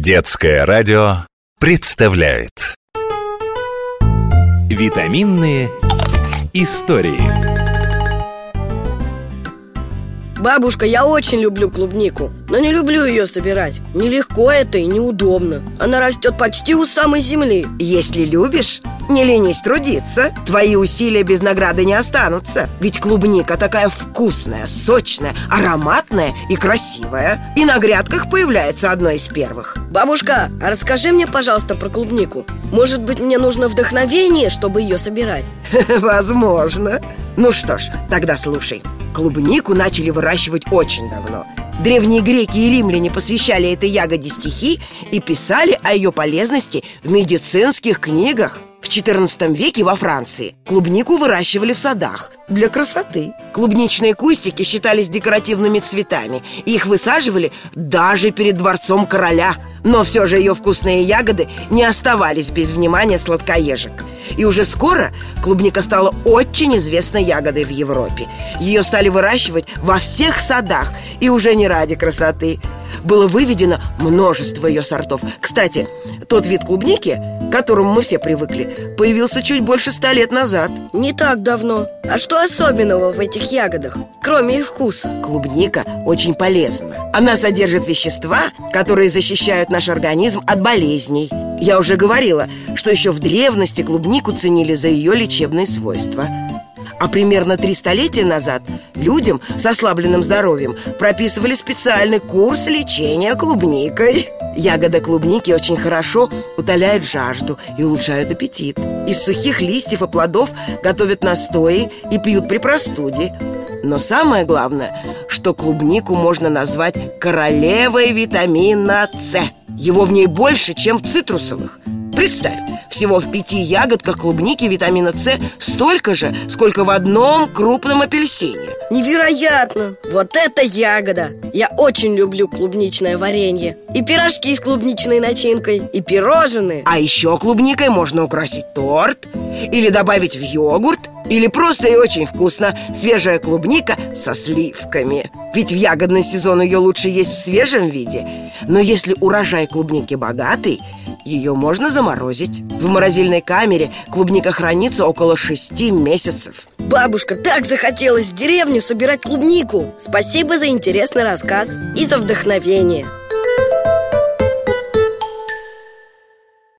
Детское радио представляет Витаминные истории. Бабушка, я очень люблю клубнику, но не люблю ее собирать. Нелегко это и неудобно. Она растет почти у самой земли. Если любишь, не ленись трудиться. Твои усилия без награды не останутся. Ведь клубника такая вкусная, сочная, ароматная и красивая. И на грядках появляется одной из первых. Бабушка, а расскажи мне, пожалуйста, про клубнику. Может быть, мне нужно вдохновение, чтобы ее собирать? Возможно. Ну что ж, тогда слушай. Клубнику начали выращивать очень давно. Древние греки и римляне посвящали этой ягоде стихи и писали о ее полезности в медицинских книгах. В XIV веке во Франции клубнику выращивали в садах для красоты. Клубничные кустики считались декоративными цветами. Их высаживали даже перед дворцом короля. Но все же ее вкусные ягоды не оставались без внимания сладкоежек. И уже скоро клубника стала очень известной ягодой в Европе. Ее стали выращивать во всех садах, и уже не ради красоты. Было выведено множество ее сортов. Кстати, тот вид клубники, к которому мы все привыкли, появился чуть больше 100 лет назад. Не так давно. А что особенного в этих ягодах, кроме их вкуса? Клубника очень полезна. Она содержит вещества, которые защищают наш организм от болезней. Я уже говорила, что еще в древности клубнику ценили за ее лечебные свойства. А примерно 3 столетия назад людям с ослабленным здоровьем прописывали специальный курс лечения клубникой. Ягода клубники очень хорошо утоляет жажду и улучшает аппетит. Из сухих листьев и плодов готовят настои и пьют при простуде. Но самое главное, что клубнику можно назвать королевой витамина С. Его в ней больше, чем в цитрусовых. Представь, всего в 5 ягодках клубники витамина С столько же, сколько в одном крупном апельсине. Невероятно! Вот это ягода! Я очень люблю клубничное варенье. И пирожки с клубничной начинкой, и пирожные. А еще клубникой можно украсить торт, или добавить в йогурт, или просто и очень вкусно свежая клубника со сливками. Ведь в ягодный сезон ее лучше есть в свежем виде. Но если урожай клубники богатый, ее можно заморозить. В морозильной камере клубника хранится около 6 месяцев. Бабушка, так захотелось в деревню собирать клубнику. Спасибо за интересный рассказ и за вдохновение.